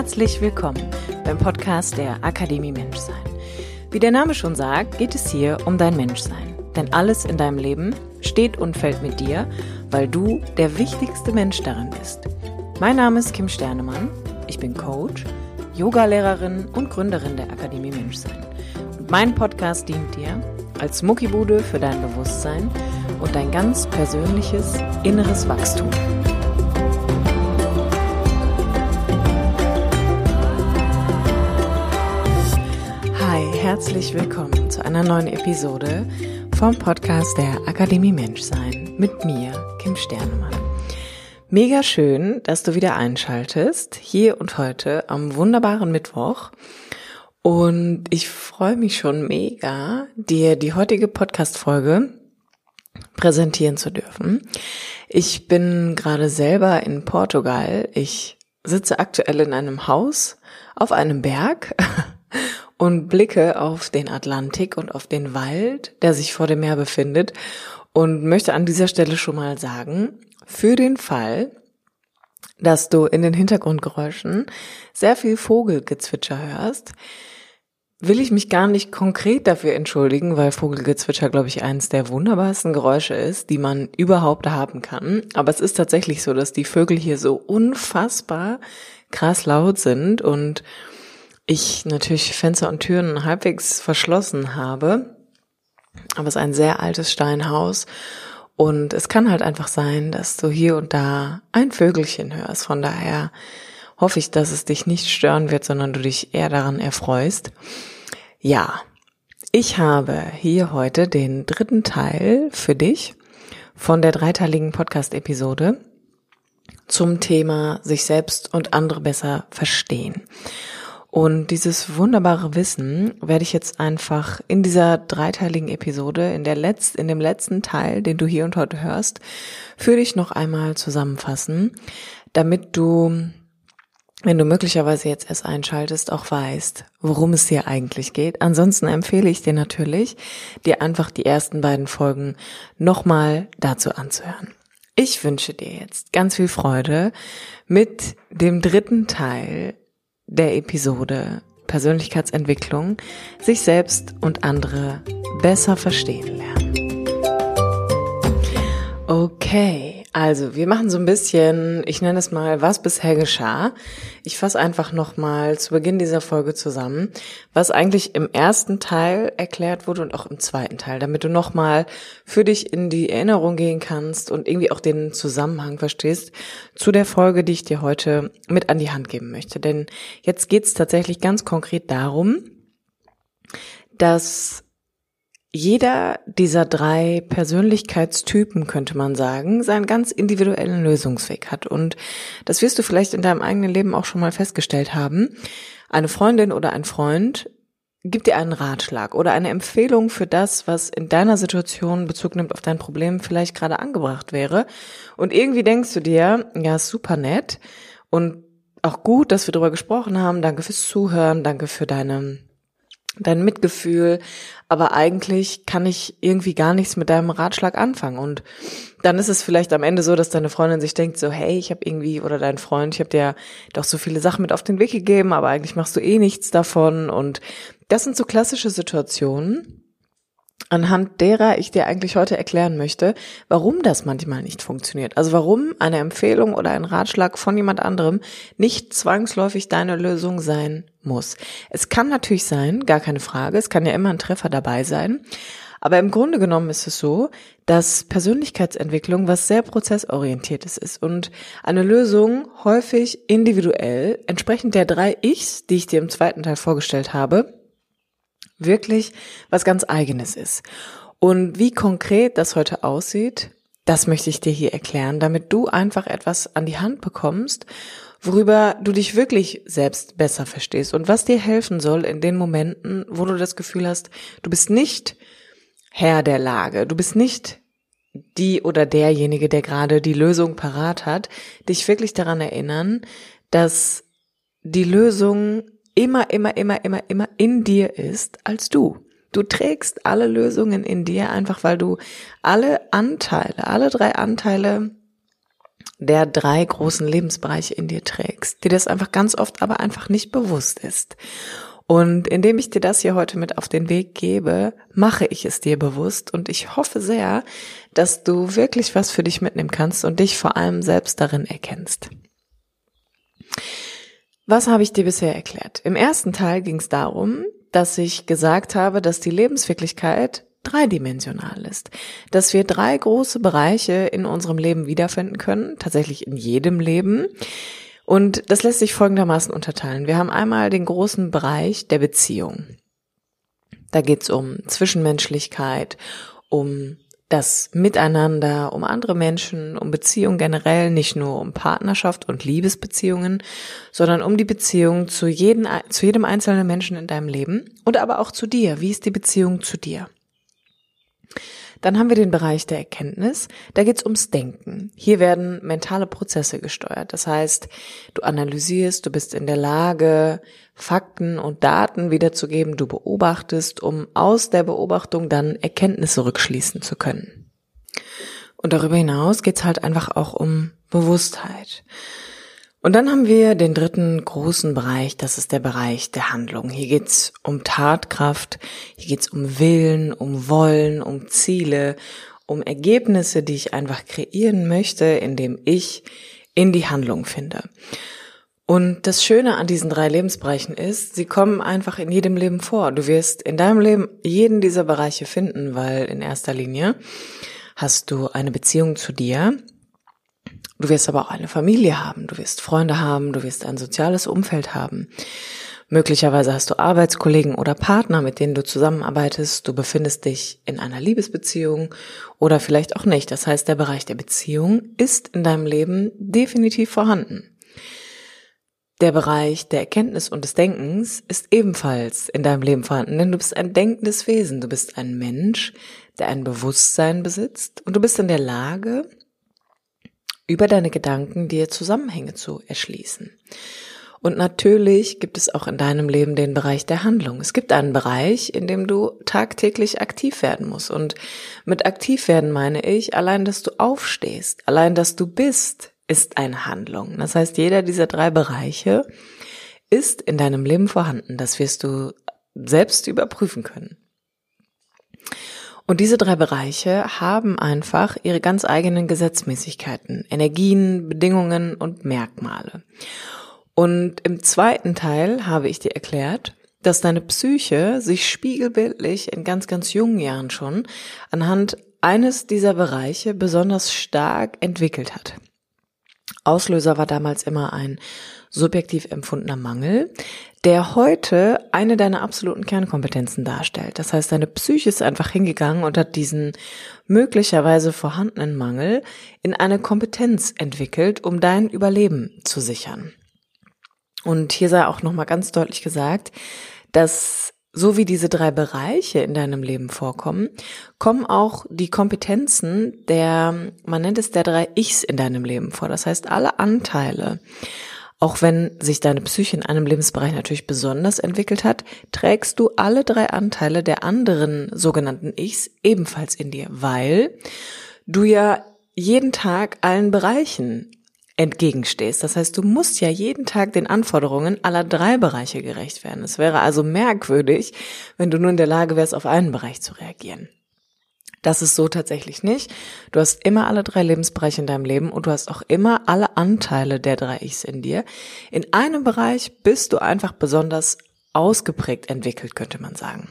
Herzlich willkommen beim Podcast der Akademie Menschsein. Wie der Name schon sagt, geht es hier um dein Menschsein. Denn alles in deinem Leben steht und fällt mit dir, weil du der wichtigste Mensch darin bist. Mein Name ist Kim Sternemann, ich bin Coach, Yogalehrerin und Gründerin der Akademie Menschsein. Und mein Podcast dient dir als Muckibude für dein Bewusstsein und dein ganz persönliches inneres Wachstum. Herzlich willkommen zu einer neuen Episode vom Podcast der Akademie Menschsein mit mir, Kim Sternemann. Mega schön, dass du wieder einschaltest, hier und heute am wunderbaren Mittwoch. Und ich freue mich schon mega, dir die heutige Podcast-Folge präsentieren zu dürfen. Ich bin gerade selber in Portugal. Ich sitze aktuell in einem Haus auf einem Berg und blicke auf den Atlantik und auf den Wald, der sich vor dem Meer befindet, und möchte an dieser Stelle schon mal sagen, für den Fall, dass du in den Hintergrundgeräuschen sehr viel Vogelgezwitscher hörst, will ich mich gar nicht konkret dafür entschuldigen, weil Vogelgezwitscher, glaube ich, eines der wunderbarsten Geräusche ist, die man überhaupt haben kann. Aber es ist tatsächlich so, dass die Vögel hier so unfassbar krass laut sind und ich natürlich Fenster und Türen halbwegs verschlossen habe, aber es ist ein sehr altes Steinhaus und es kann halt einfach sein, dass du hier und da ein Vögelchen hörst. Von daher hoffe ich, dass es dich nicht stören wird, sondern du dich eher daran erfreust. Ja, ich habe hier heute den dritten Teil für dich von der dreiteiligen Podcast-Episode zum Thema sich selbst und andere besser verstehen. Und dieses wunderbare Wissen werde ich jetzt einfach in dieser dreiteiligen Episode, in dem letzten Teil, den du hier und heute hörst, für dich noch einmal zusammenfassen, damit du, wenn du möglicherweise jetzt erst einschaltest, auch weißt, worum es hier eigentlich geht. Ansonsten empfehle ich dir natürlich, dir einfach die ersten beiden Folgen nochmal dazu anzuhören. Ich wünsche dir jetzt ganz viel Freude mit dem dritten Teil der Episode Persönlichkeitsentwicklung, sich selbst und andere besser verstehen lernen. Okay, also wir machen so ein bisschen, ich nenne es mal, was bisher geschah. Ich fasse einfach nochmal zu Beginn dieser Folge zusammen, was eigentlich im ersten Teil erklärt wurde und auch im zweiten Teil, damit du nochmal für dich in die Erinnerung gehen kannst und irgendwie auch den Zusammenhang verstehst zu der Folge, die ich dir heute mit an die Hand geben möchte. Denn jetzt geht es tatsächlich ganz konkret darum, dass jeder dieser drei Persönlichkeitstypen, könnte man sagen, seinen ganz individuellen Lösungsweg hat. Und das wirst du vielleicht in deinem eigenen Leben auch schon mal festgestellt haben. Eine Freundin oder ein Freund gibt dir einen Ratschlag oder eine Empfehlung für das, was in deiner Situation Bezug nimmt auf dein Problem vielleicht gerade angebracht wäre. Und irgendwie denkst du dir, ja, super nett und auch gut, dass wir darüber gesprochen haben. Danke fürs Zuhören, danke für dein Mitgefühl, aber eigentlich kann ich irgendwie gar nichts mit deinem Ratschlag anfangen. Und dann ist es vielleicht am Ende so, dass deine Freundin sich denkt so, hey, ich habe irgendwie, oder dein Freund, ich habe dir doch so viele Sachen mit auf den Weg gegeben, aber eigentlich machst du eh nichts davon. Und das sind so klassische Situationen, anhand derer ich dir eigentlich heute erklären möchte, warum das manchmal nicht funktioniert. Also warum eine Empfehlung oder ein Ratschlag von jemand anderem nicht zwangsläufig deine Lösung sein muss. Es kann natürlich sein, gar keine Frage, es kann ja immer ein Treffer dabei sein, aber im Grunde genommen ist es so, dass Persönlichkeitsentwicklung was sehr prozessorientiertes ist und eine Lösung häufig individuell, entsprechend der 3 Ichs, die ich dir im zweiten Teil vorgestellt habe, wirklich was ganz Eigenes ist. Und wie konkret das heute aussieht, das möchte ich dir hier erklären, damit du einfach etwas an die Hand bekommst, worüber du dich wirklich selbst besser verstehst und was dir helfen soll in den Momenten, wo du das Gefühl hast, du bist nicht Herr der Lage, du bist nicht die oder derjenige, der gerade die Lösung parat hat, dich wirklich daran erinnern, dass die Lösung immer in dir ist als du. Du trägst alle Lösungen in dir, einfach weil du alle 3 Anteile der 3 großen Lebensbereiche in dir trägst, dir das einfach ganz oft aber einfach nicht bewusst ist. Und indem ich dir das hier heute mit auf den Weg gebe, mache ich es dir bewusst und ich hoffe sehr, dass du wirklich was für dich mitnehmen kannst und dich vor allem selbst darin erkennst. Was habe ich dir bisher erklärt? Im ersten Teil ging es darum, dass ich gesagt habe, dass die Lebenswirklichkeit dreidimensional ist, dass wir 3 große Bereiche in unserem Leben wiederfinden können, tatsächlich in jedem Leben. Und das lässt sich folgendermaßen unterteilen. Wir haben einmal den großen Bereich der Beziehung. Da geht es um Zwischenmenschlichkeit, um das Miteinander, um andere Menschen, um Beziehungen generell, nicht nur um Partnerschaft und Liebesbeziehungen, sondern um die Beziehung zu jedem einzelnen Menschen in deinem Leben und aber auch zu dir. Wie ist die Beziehung zu dir? Dann haben wir den Bereich der Erkenntnis, da geht es ums Denken. Hier werden mentale Prozesse gesteuert. Das heißt, du analysierst, du bist in der Lage, Fakten und Daten wiederzugeben, du beobachtest, um aus der Beobachtung dann Erkenntnisse rückschließen zu können. Und darüber hinaus geht es halt einfach auch um Bewusstheit. Und dann haben wir den 3. großen Bereich, das ist der Bereich der Handlung. Hier geht's um Tatkraft, hier geht's um Willen, um Wollen, um Ziele, um Ergebnisse, die ich einfach kreieren möchte, indem ich in die Handlung finde. Und das Schöne an diesen 3 Lebensbereichen ist, sie kommen einfach in jedem Leben vor. Du wirst in deinem Leben jeden dieser Bereiche finden, weil in erster Linie hast du eine Beziehung zu dir. Du wirst aber auch eine Familie haben, du wirst Freunde haben, du wirst ein soziales Umfeld haben. Möglicherweise hast du Arbeitskollegen oder Partner, mit denen du zusammenarbeitest. Du befindest dich in einer Liebesbeziehung oder vielleicht auch nicht. Das heißt, der Bereich der Beziehung ist in deinem Leben definitiv vorhanden. Der Bereich der Erkenntnis und des Denkens ist ebenfalls in deinem Leben vorhanden, denn du bist ein denkendes Wesen. Du bist ein Mensch, der ein Bewusstsein besitzt und du bist in der Lage, über deine Gedanken dir Zusammenhänge zu erschließen. Und natürlich gibt es auch in deinem Leben den Bereich der Handlung. Es gibt einen Bereich, in dem du tagtäglich aktiv werden musst. Und mit aktiv werden meine ich, allein, dass du aufstehst, allein, dass du bist, ist eine Handlung. Das heißt, jeder dieser 3 Bereiche ist in deinem Leben vorhanden. Das wirst du selbst überprüfen können. Und diese 3 Bereiche haben einfach ihre ganz eigenen Gesetzmäßigkeiten, Energien, Bedingungen und Merkmale. Und im 2. Teil habe ich dir erklärt, dass deine Psyche sich spiegelbildlich in ganz, ganz jungen Jahren schon anhand eines dieser Bereiche besonders stark entwickelt hat. Auslöser war damals immer ein subjektiv empfundener Mangel, der heute eine deiner absoluten Kernkompetenzen darstellt. Das heißt, deine Psyche ist einfach hingegangen und hat diesen möglicherweise vorhandenen Mangel in eine Kompetenz entwickelt, um dein Überleben zu sichern. Und hier sei auch nochmal ganz deutlich gesagt, dass so wie diese 3 Bereiche in deinem Leben vorkommen, kommen auch die Kompetenzen man nennt es der 3 Ichs in deinem Leben vor. Das heißt, alle Anteile, auch wenn sich deine Psyche in einem Lebensbereich natürlich besonders entwickelt hat, trägst du alle 3 Anteile der anderen sogenannten Ichs ebenfalls in dir, weil du ja jeden Tag allen Bereichen entgegenstehst. Das heißt, du musst ja jeden Tag den Anforderungen aller 3 Bereiche gerecht werden. Es wäre also merkwürdig, wenn du nur in der Lage wärst, auf einen Bereich zu reagieren. Das ist so tatsächlich nicht. Du hast immer alle 3 Lebensbereiche in deinem Leben und du hast auch immer alle Anteile der 3 Ichs in dir. In einem Bereich bist du einfach besonders ausgeprägt entwickelt, könnte man sagen.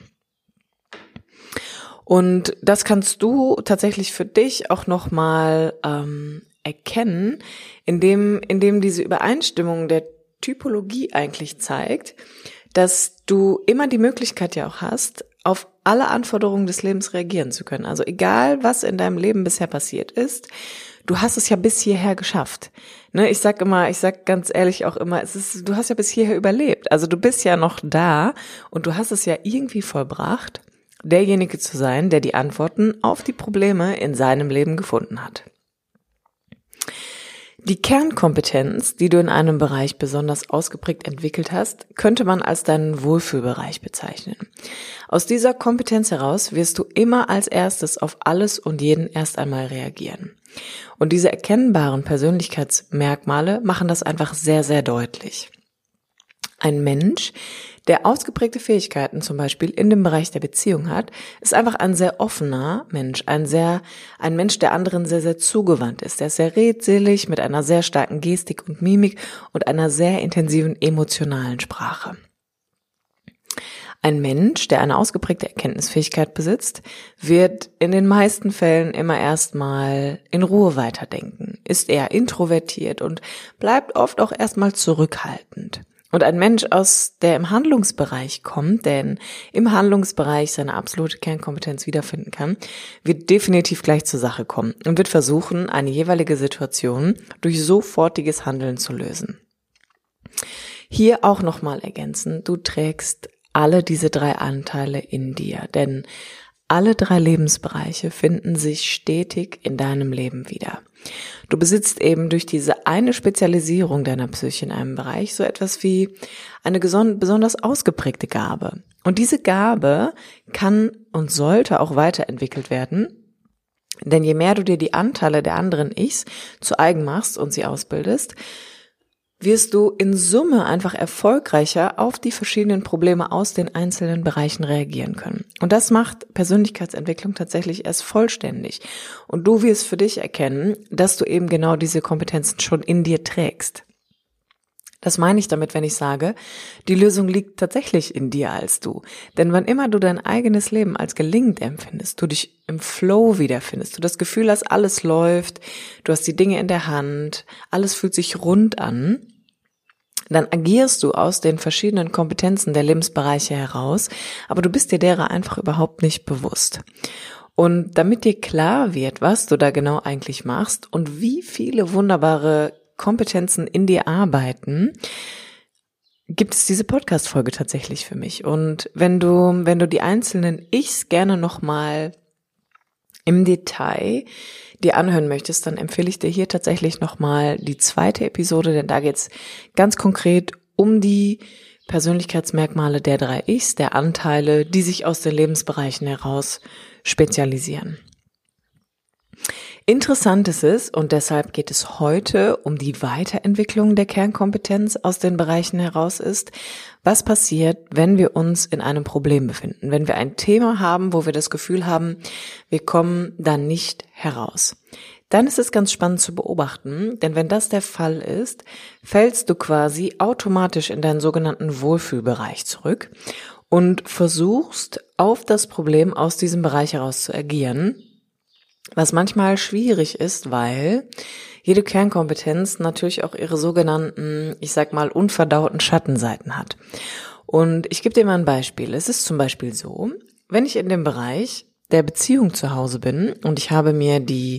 Und das kannst du tatsächlich für dich auch nochmal erkennen, indem diese Übereinstimmung der Typologie eigentlich zeigt, dass du immer die Möglichkeit ja auch hast, auf alle Anforderungen des Lebens reagieren zu können. Also egal, was in deinem Leben bisher passiert ist, du hast es ja bis hierher geschafft. Ne, ich sag ganz ehrlich auch immer, du hast ja bis hierher überlebt. Also du bist ja noch da und du hast es ja irgendwie vollbracht, derjenige zu sein, der die Antworten auf die Probleme in seinem Leben gefunden hat. Die Kernkompetenz, die du in einem Bereich besonders ausgeprägt entwickelt hast, könnte man als deinen Wohlfühlbereich bezeichnen. Aus dieser Kompetenz heraus wirst du immer als erstes auf alles und jeden erst einmal reagieren. Und diese erkennbaren Persönlichkeitsmerkmale machen das einfach sehr, sehr deutlich. Ein Mensch, der ausgeprägte Fähigkeiten zum Beispiel in dem Bereich der Beziehung hat, ist einfach ein sehr offener Mensch, ein Mensch, der anderen sehr, sehr zugewandt ist. Der ist sehr redselig, mit einer sehr starken Gestik und Mimik und einer sehr intensiven emotionalen Sprache. Ein Mensch, der eine ausgeprägte Erkenntnisfähigkeit besitzt, wird in den meisten Fällen immer erstmal in Ruhe weiterdenken, ist eher introvertiert und bleibt oft auch erstmal zurückhaltend. Und ein Mensch, der im Handlungsbereich kommt, der im Handlungsbereich seine absolute Kernkompetenz wiederfinden kann, wird definitiv gleich zur Sache kommen und wird versuchen, eine jeweilige Situation durch sofortiges Handeln zu lösen. Hier auch nochmal ergänzen, du trägst alle diese 3 Anteile in dir, denn alle 3 Lebensbereiche finden sich stetig in deinem Leben wieder. Du besitzt eben durch diese eine Spezialisierung deiner Psyche in einem Bereich so etwas wie eine besonders ausgeprägte Gabe. Und diese Gabe kann und sollte auch weiterentwickelt werden, denn je mehr du dir die Anteile der anderen Ichs zu eigen machst und sie ausbildest, wirst du in Summe einfach erfolgreicher auf die verschiedenen Probleme aus den einzelnen Bereichen reagieren können. Und das macht Persönlichkeitsentwicklung tatsächlich erst vollständig. Und du wirst für dich erkennen, dass du eben genau diese Kompetenzen schon in dir trägst. Das meine ich damit, wenn ich sage, die Lösung liegt tatsächlich in dir als du. Denn wann immer du dein eigenes Leben als gelingend empfindest, du dich im Flow wiederfindest, du das Gefühl hast, alles läuft, du hast die Dinge in der Hand, alles fühlt sich rund an, dann agierst du aus den verschiedenen Kompetenzen der Lebensbereiche heraus, aber du bist dir derer einfach überhaupt nicht bewusst. Und damit dir klar wird, was du da genau eigentlich machst und wie viele wunderbare Kompetenzen in dir arbeiten, gibt es diese Podcast-Folge tatsächlich für mich. Und wenn du die einzelnen Ichs gerne nochmal im Detail dir anhören möchtest, dann empfehle ich dir hier tatsächlich nochmal die 2. Episode, denn da geht es ganz konkret um die Persönlichkeitsmerkmale der 3 Ichs, der Anteile, die sich aus den Lebensbereichen heraus spezialisieren. Interessant ist es, und deshalb geht es heute um die Weiterentwicklung der Kernkompetenz aus den Bereichen heraus ist, was passiert, wenn wir uns in einem Problem befinden, wenn wir ein Thema haben, wo wir das Gefühl haben, wir kommen da nicht heraus. Dann ist es ganz spannend zu beobachten, denn wenn das der Fall ist, fällst du quasi automatisch in deinen sogenannten Wohlfühlbereich zurück und versuchst, auf das Problem aus diesem Bereich heraus zu agieren, was manchmal schwierig ist, weil jede Kernkompetenz natürlich auch ihre sogenannten, ich sag mal, unverdauten Schattenseiten hat. Und ich gebe dir mal ein Beispiel. Es ist zum Beispiel so, wenn ich in dem Bereich der Beziehung zu Hause bin und ich habe mir die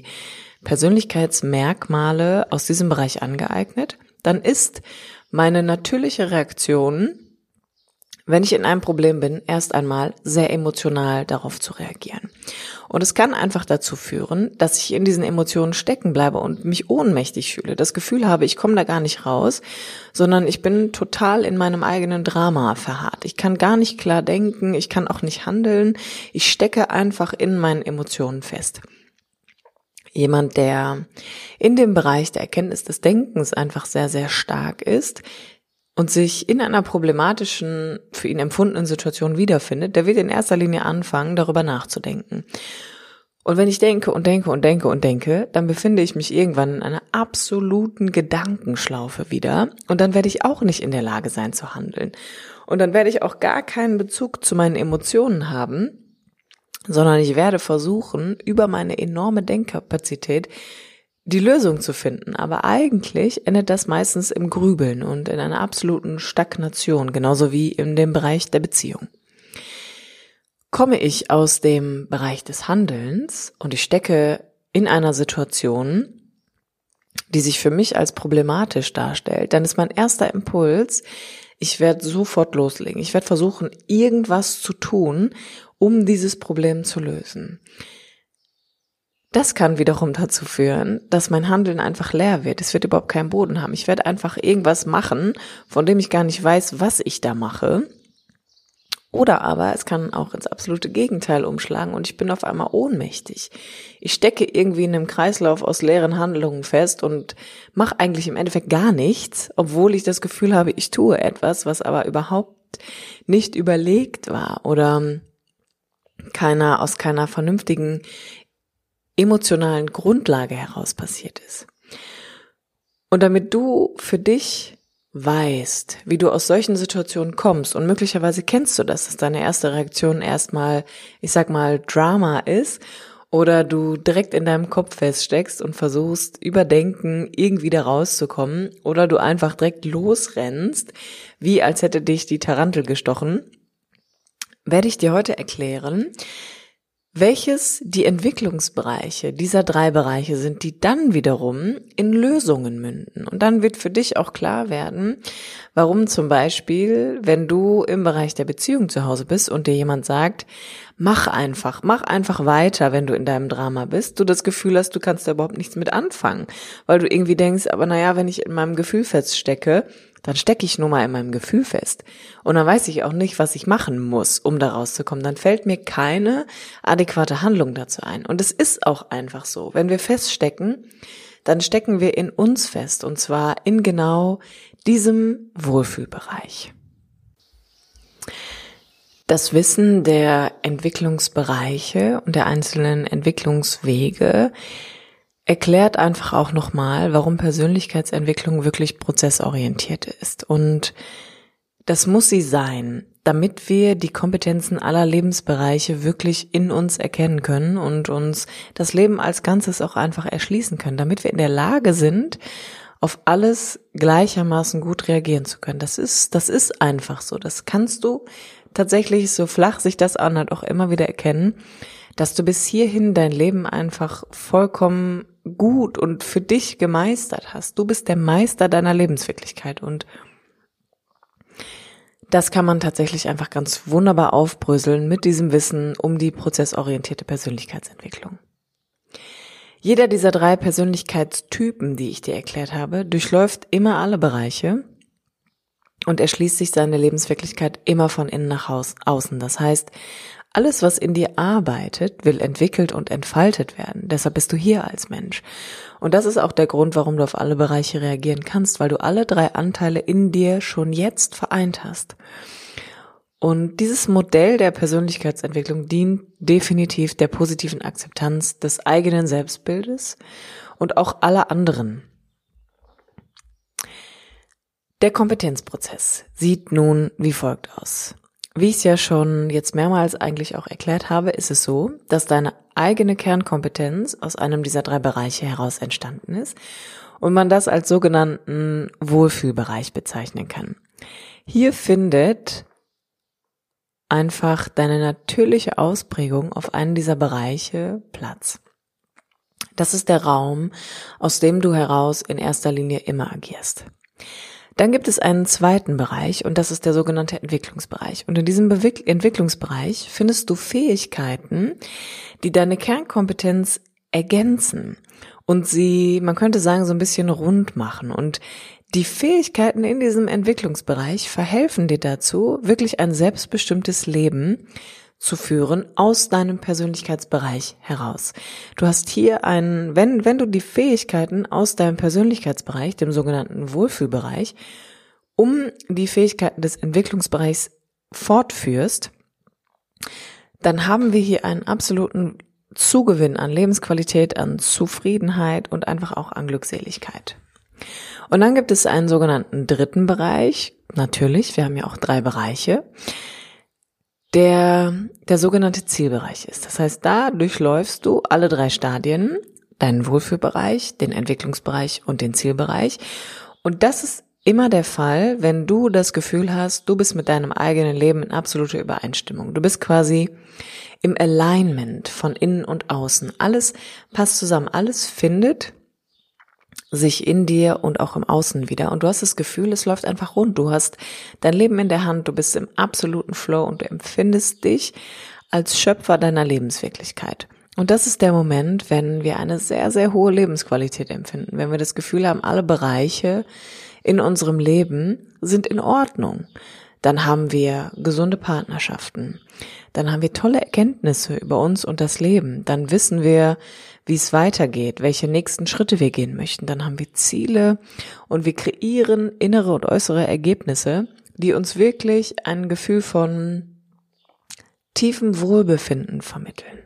Persönlichkeitsmerkmale aus diesem Bereich angeeignet, dann ist meine natürliche Reaktion, wenn ich in einem Problem bin, erst einmal sehr emotional darauf zu reagieren. Und es kann einfach dazu führen, dass ich in diesen Emotionen stecken bleibe und mich ohnmächtig fühle. Das Gefühl habe, ich komme da gar nicht raus, sondern ich bin total in meinem eigenen Drama verharrt. Ich kann gar nicht klar denken, ich kann auch nicht handeln. Ich stecke einfach in meinen Emotionen fest. Jemand, der in dem Bereich der Erkenntnis des Denkens einfach sehr, sehr stark ist, und sich in einer problematischen, für ihn empfundenen Situation wiederfindet, der wird in erster Linie anfangen, darüber nachzudenken. Und wenn ich denke und denke und denke und denke, dann befinde ich mich irgendwann in einer absoluten Gedankenschlaufe wieder und dann werde ich auch nicht in der Lage sein zu handeln. Und dann werde ich auch gar keinen Bezug zu meinen Emotionen haben, sondern ich werde versuchen, über meine enorme Denkkapazität die Lösung zu finden. Aber eigentlich endet das meistens im Grübeln und in einer absoluten Stagnation, genauso wie in dem Bereich der Beziehung. Komme ich aus dem Bereich des Handelns und ich stecke in einer Situation, die sich für mich als problematisch darstellt, dann ist mein erster Impuls, ich werde sofort loslegen. Ich werde versuchen, irgendwas zu tun, um dieses Problem zu lösen. Das kann wiederum dazu führen, dass mein Handeln einfach leer wird. Es wird überhaupt keinen Boden haben. Ich werde einfach irgendwas machen, von dem ich gar nicht weiß, was ich da mache. Oder aber es kann auch ins absolute Gegenteil umschlagen und ich bin auf einmal ohnmächtig. Ich stecke irgendwie in einem Kreislauf aus leeren Handlungen fest und mache eigentlich im Endeffekt gar nichts, obwohl ich das Gefühl habe, ich tue etwas, was aber überhaupt nicht überlegt war oder aus keiner vernünftigen emotionalen Grundlage heraus passiert ist. Und damit du für dich weißt, wie du aus solchen Situationen kommst und möglicherweise kennst du das, dass deine erste Reaktion erstmal, ich sag mal, Drama ist oder du direkt in deinem Kopf feststeckst und versuchst, über Denken irgendwie da rauszukommen oder du einfach direkt losrennst, wie als hätte dich die Tarantel gestochen, werde ich dir heute erklären, welches die Entwicklungsbereiche dieser 3 Bereiche sind, die dann wiederum in Lösungen münden. Und dann wird für dich auch klar werden, warum zum Beispiel, wenn du im Bereich der Beziehung zu Hause bist und dir jemand sagt, mach einfach weiter, wenn du in deinem Drama bist, du das Gefühl hast, du kannst da überhaupt nichts mit anfangen, weil du irgendwie denkst, aber naja, wenn ich in meinem Gefühl feststecke, dann stecke ich nur mal in meinem Gefühl fest. Und dann weiß ich auch nicht, was ich machen muss, um da rauszukommen. Dann fällt mir keine adäquate Handlung dazu ein. Und es ist auch einfach so. Wenn wir feststecken, dann stecken wir in uns fest. Und zwar in genau diesem Wohlfühlbereich. Das Wissen der Entwicklungsbereiche und der einzelnen Entwicklungswege erklärt einfach auch nochmal, warum Persönlichkeitsentwicklung wirklich prozessorientiert ist. Und das muss sie sein, damit wir die Kompetenzen aller Lebensbereiche wirklich in uns erkennen können und uns das Leben als Ganzes auch einfach erschließen können, damit wir in der Lage sind, auf alles gleichermaßen gut reagieren zu können. Das ist einfach so. Das kannst du tatsächlich, so flach sich das anhört, auch immer wieder erkennen, dass du bis hierhin dein Leben einfach vollkommen gut und für dich gemeistert hast. Du bist der Meister deiner Lebenswirklichkeit und das kann man tatsächlich einfach ganz wunderbar aufbröseln mit diesem Wissen um die prozessorientierte Persönlichkeitsentwicklung. Jeder dieser 3 Persönlichkeitstypen, die ich dir erklärt habe, durchläuft immer alle Bereiche und erschließt sich seine Lebenswirklichkeit immer von innen nach außen. Das heißt, alles, was in dir arbeitet, will entwickelt und entfaltet werden. Deshalb bist du hier als Mensch. Und das ist auch der Grund, warum du auf alle Bereiche reagieren kannst, weil du alle 3 Anteile in dir schon jetzt vereint hast. Und dieses Modell der Persönlichkeitsentwicklung dient definitiv der positiven Akzeptanz des eigenen Selbstbildes und auch aller anderen. Der Kompetenzprozess sieht nun wie folgt aus. Wie ich es ja schon jetzt mehrmals eigentlich auch erklärt habe, ist es so, dass deine eigene Kernkompetenz aus einem dieser 3 Bereiche heraus entstanden ist und man das als sogenannten Wohlfühlbereich bezeichnen kann. Hier findet einfach deine natürliche Ausprägung auf einen dieser Bereiche Platz. Das ist der Raum, aus dem du heraus in erster Linie immer agierst. Dann gibt es einen zweiten Bereich und das ist der sogenannte Entwicklungsbereich. Und in diesem Entwicklungsbereich findest du Fähigkeiten, die deine Kernkompetenz ergänzen und sie, man könnte sagen, so ein bisschen rund machen. Und die Fähigkeiten in diesem Entwicklungsbereich verhelfen dir dazu, wirklich ein selbstbestimmtes Leben zu führen aus deinem Persönlichkeitsbereich heraus. Du hast hier wenn du die Fähigkeiten aus deinem Persönlichkeitsbereich, dem sogenannten Wohlfühlbereich, um die Fähigkeiten des Entwicklungsbereichs fortführst, dann haben wir hier einen absoluten Zugewinn an Lebensqualität, an Zufriedenheit und einfach auch an Glückseligkeit. Und dann gibt es einen sogenannten dritten Bereich. Natürlich, wir haben ja auch 3 Bereiche. Der sogenannte Zielbereich ist. Das heißt, da durchläufst du alle 3 Stadien, deinen Wohlfühlbereich, den Entwicklungsbereich und den Zielbereich. Und das ist immer der Fall, wenn du das Gefühl hast, du bist mit deinem eigenen Leben in absoluter Übereinstimmung. Du bist quasi im Alignment von innen und außen. Alles passt zusammen, alles findet sich in dir und auch im Außen wieder. Und du hast das Gefühl, es läuft einfach rund. Du hast dein Leben in der Hand, du bist im absoluten Flow und du empfindest dich als Schöpfer deiner Lebenswirklichkeit. Und das ist der Moment, wenn wir eine sehr, sehr hohe Lebensqualität empfinden. Wenn wir das Gefühl haben, alle Bereiche in unserem Leben sind in Ordnung. Dann haben wir gesunde Partnerschaften. Dann haben wir tolle Erkenntnisse über uns und das Leben. Dann wissen wir, wie es weitergeht, welche nächsten Schritte wir gehen möchten. Dann haben wir Ziele und wir kreieren innere und äußere Ergebnisse, die uns wirklich ein Gefühl von tiefem Wohlbefinden vermitteln.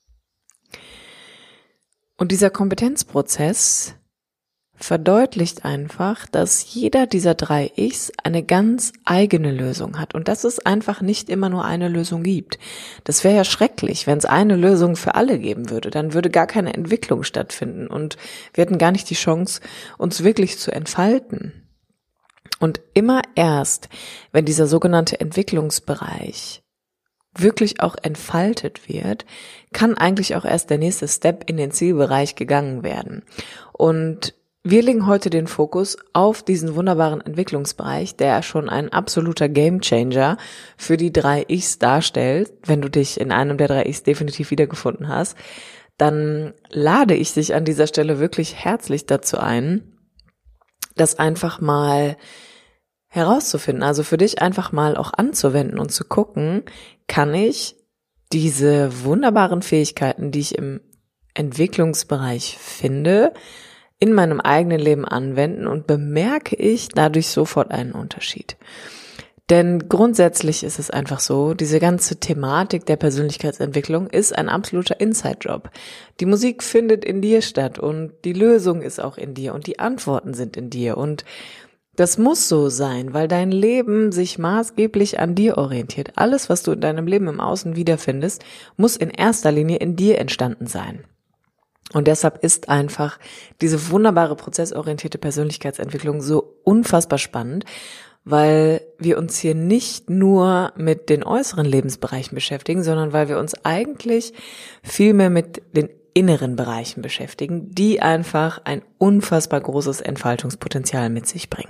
Und dieser Kompetenzprozess verdeutlicht einfach, dass jeder dieser 3 Ichs eine ganz eigene Lösung hat und dass es einfach nicht immer nur eine Lösung gibt. Das wäre ja schrecklich, wenn es eine Lösung für alle geben würde. Dann würde gar keine Entwicklung stattfinden und wir hätten gar nicht die Chance, uns wirklich zu entfalten. Und immer erst, wenn dieser sogenannte Entwicklungsbereich wirklich auch entfaltet wird, kann eigentlich auch erst der nächste Step in den Zielbereich gegangen werden. Und wir legen heute den Fokus auf diesen wunderbaren Entwicklungsbereich, der schon ein absoluter Gamechanger für die 3 Ichs darstellt. Wenn du dich in einem der 3 Ichs definitiv wiedergefunden hast, dann lade ich dich an dieser Stelle wirklich herzlich dazu ein, das einfach mal herauszufinden, also für dich einfach mal auch anzuwenden und zu gucken, kann ich diese wunderbaren Fähigkeiten, die ich im Entwicklungsbereich finde, in meinem eigenen Leben anwenden und bemerke ich dadurch sofort einen Unterschied. Denn grundsätzlich ist es einfach so, diese ganze Thematik der Persönlichkeitsentwicklung ist ein absoluter Inside-Job. Die Musik findet in dir statt und die Lösung ist auch in dir und die Antworten sind in dir und das muss so sein, weil dein Leben sich maßgeblich an dir orientiert. Alles, was du in deinem Leben im Außen wiederfindest, muss in erster Linie in dir entstanden sein. Und deshalb ist einfach diese wunderbare prozessorientierte Persönlichkeitsentwicklung so unfassbar spannend, weil wir uns hier nicht nur mit den äußeren Lebensbereichen beschäftigen, sondern weil wir uns eigentlich viel mehr mit den inneren Bereichen beschäftigen, die einfach ein unfassbar großes Entfaltungspotenzial mit sich bringen.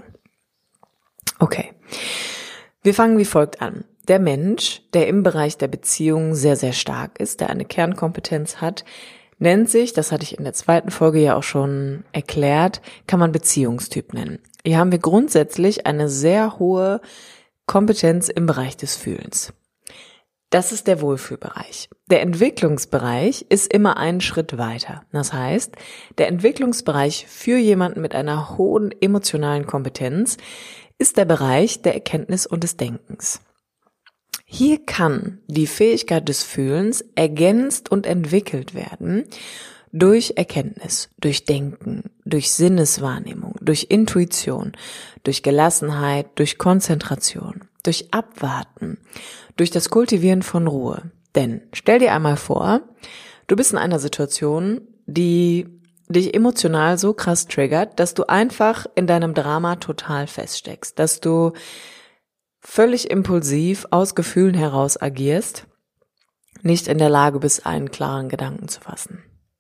Okay, wir fangen wie folgt an. Der Mensch, der im Bereich der Beziehungen sehr, sehr stark ist, der eine Kernkompetenz hat, nennt sich, das hatte ich in der 2. Folge ja auch schon erklärt, kann man Beziehungstyp nennen. Hier haben wir grundsätzlich eine sehr hohe Kompetenz im Bereich des Fühlens. Das ist der Wohlfühlbereich. Der Entwicklungsbereich ist immer einen Schritt weiter. Das heißt, der Entwicklungsbereich für jemanden mit einer hohen emotionalen Kompetenz ist der Bereich der Erkenntnis und des Denkens. Hier kann die Fähigkeit des Fühlens ergänzt und entwickelt werden durch Erkenntnis, durch Denken, durch Sinneswahrnehmung, durch Intuition, durch Gelassenheit, durch Konzentration, durch Abwarten, durch das Kultivieren von Ruhe. Denn stell dir einmal vor, du bist in einer Situation, die dich emotional so krass triggert, dass du einfach in deinem Drama total feststeckst, dass du völlig impulsiv aus Gefühlen heraus agierst, nicht in der Lage bist, einen klaren Gedanken zu fassen.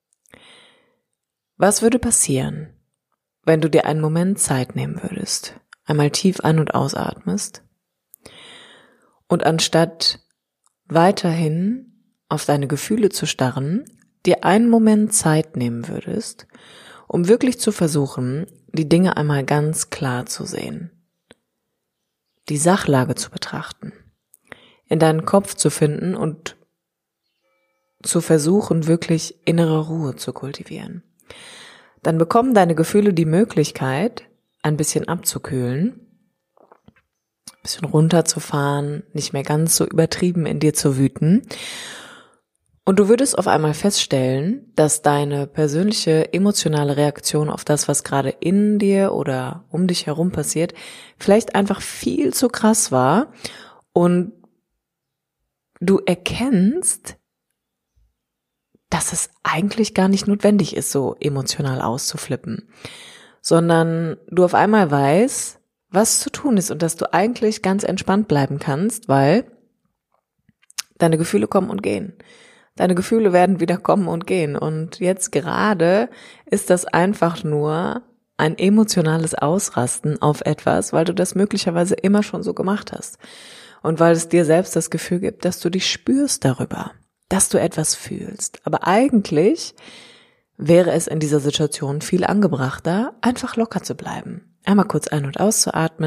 Was würde passieren, wenn du dir einen Moment Zeit nehmen würdest, einmal tief ein- und ausatmest und anstatt weiterhin auf deine Gefühle zu starren, dir einen Moment Zeit nehmen würdest, um wirklich zu versuchen, die Dinge einmal ganz klar zu sehen, die Sachlage zu betrachten, in deinen Kopf zu finden und zu versuchen, wirklich innere Ruhe zu kultivieren. Dann bekommen deine Gefühle die Möglichkeit, ein bisschen abzukühlen, ein bisschen runterzufahren, nicht mehr ganz so übertrieben in dir zu wüten. Und du würdest auf einmal feststellen, dass deine persönliche emotionale Reaktion auf das, was gerade in dir oder um dich herum passiert, vielleicht einfach viel zu krass war und du erkennst, dass es eigentlich gar nicht notwendig ist, so emotional auszuflippen, sondern du auf einmal weißt, was zu tun ist und dass du eigentlich ganz entspannt bleiben kannst, weil deine Gefühle kommen und gehen. Deine Gefühle werden wieder kommen und gehen und jetzt gerade ist das einfach nur ein emotionales Ausrasten auf etwas, weil du das möglicherweise immer schon so gemacht hast und weil es dir selbst das Gefühl gibt, dass du dich spürst darüber, dass du etwas fühlst. Aber eigentlich wäre es in dieser Situation viel angebrachter, einfach locker zu bleiben, einmal kurz ein- und auszuatmen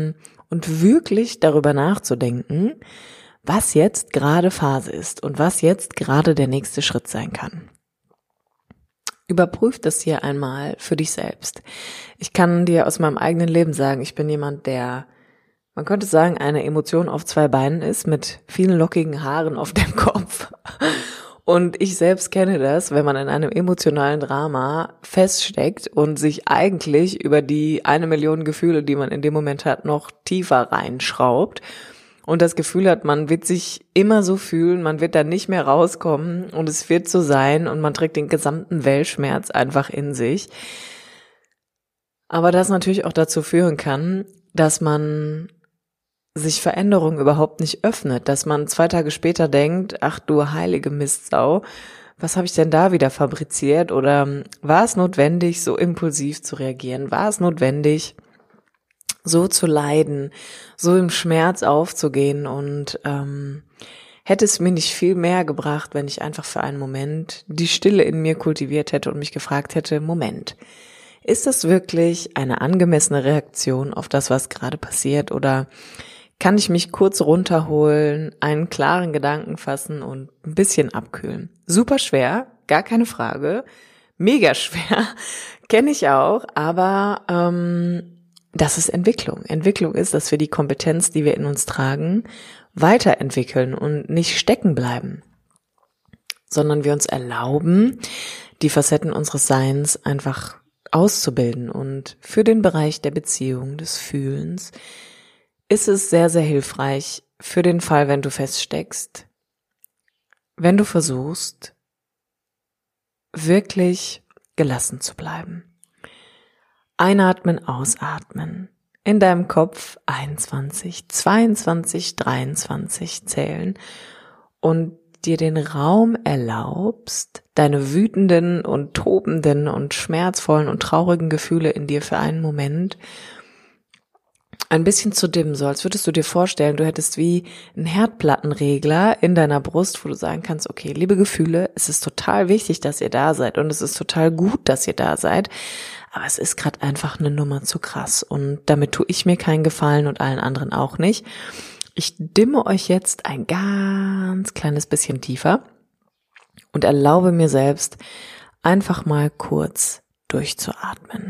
und wirklich darüber nachzudenken, was jetzt gerade Phase ist und was jetzt gerade der nächste Schritt sein kann. Überprüf das hier einmal für dich selbst. Ich kann dir aus meinem eigenen Leben sagen, ich bin jemand, der, man könnte sagen, eine Emotion auf 2 Beinen ist, mit vielen lockigen Haaren auf dem Kopf. Und ich selbst kenne das, wenn man in einem emotionalen Drama feststeckt und sich eigentlich über die 1 Million Gefühle, die man in dem Moment hat, noch tiefer reinschraubt und das Gefühl hat, man wird sich immer so fühlen, man wird da nicht mehr rauskommen und es wird so sein und man trägt den gesamten Weltschmerz einfach in sich. Aber das natürlich auch dazu führen kann, dass man sich Veränderung überhaupt nicht öffnet, dass man 2 Tage später denkt, ach du heilige Mistsau, was habe ich denn da wieder fabriziert? Oder war es notwendig, so impulsiv zu reagieren? War es notwendig, so zu leiden, so im Schmerz aufzugehen? Und hätte es mir nicht viel mehr gebracht, wenn ich einfach für einen Moment die Stille in mir kultiviert hätte und mich gefragt hätte, Moment, ist das wirklich eine angemessene Reaktion auf das, was gerade passiert? Oder kann ich mich kurz runterholen, einen klaren Gedanken fassen und ein bisschen abkühlen? Super schwer, gar keine Frage, mega schwer, kenne ich auch, aber das ist Entwicklung. Entwicklung ist, dass wir die Kompetenz, die wir in uns tragen, weiterentwickeln und nicht stecken bleiben, sondern wir uns erlauben, die Facetten unseres Seins einfach auszubilden. Und für den Bereich der Beziehung, des Fühlens, ist es sehr, sehr hilfreich für den Fall, wenn du feststeckst, wenn du versuchst, wirklich gelassen zu bleiben. Einatmen, ausatmen. In deinem Kopf 21, 22, 23 zählen und dir den Raum erlaubst, deine wütenden und tobenden und schmerzvollen und traurigen Gefühle in dir für einen Moment ein bisschen zu dimmen, so als würdest du dir vorstellen, du hättest wie einen Herdplattenregler in deiner Brust, wo du sagen kannst, okay, liebe Gefühle, es ist total wichtig, dass ihr da seid und es ist total gut, dass ihr da seid, aber es ist gerade einfach eine Nummer zu krass und damit tue ich mir keinen Gefallen und allen anderen auch nicht. Ich dimme euch jetzt ein ganz kleines bisschen tiefer und erlaube mir selbst, einfach mal kurz durchzuatmen.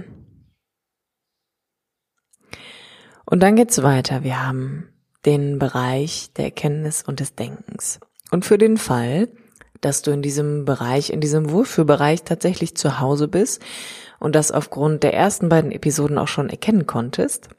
Und dann geht's weiter. Wir haben den Bereich der Erkenntnis und des Denkens. Und für den Fall, dass du in diesem Bereich, in diesem Wohlfühlbereich tatsächlich zu Hause bist und das aufgrund der ersten beiden Episoden auch schon erkennen konntest,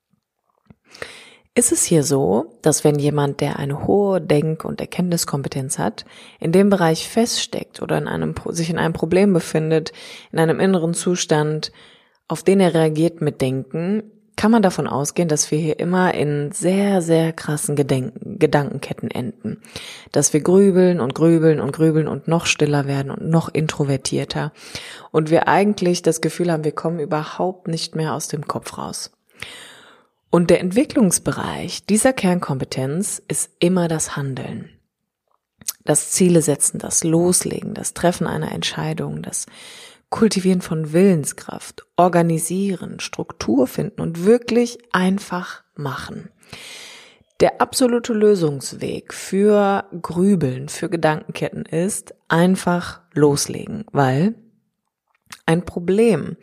ist es hier so, dass wenn jemand, der eine hohe Denk- und Erkenntniskompetenz hat, in dem Bereich feststeckt oder sich in einem Problem befindet, in einem inneren Zustand, auf den er reagiert mit Denken, kann man davon ausgehen, dass wir hier immer in sehr, sehr krassen Gedankenketten enden. Dass wir grübeln und grübeln und grübeln und noch stiller werden und noch introvertierter. Und wir eigentlich das Gefühl haben, wir kommen überhaupt nicht mehr aus dem Kopf raus. Und der Entwicklungsbereich dieser Kernkompetenz ist immer das Handeln. Das Ziele setzen, das Loslegen, das Treffen einer Entscheidung, das Kultivieren von Willenskraft, organisieren, Struktur finden und wirklich einfach machen. Der absolute Lösungsweg für Grübeln, für Gedankenketten ist einfach loslegen, weil ein Problem,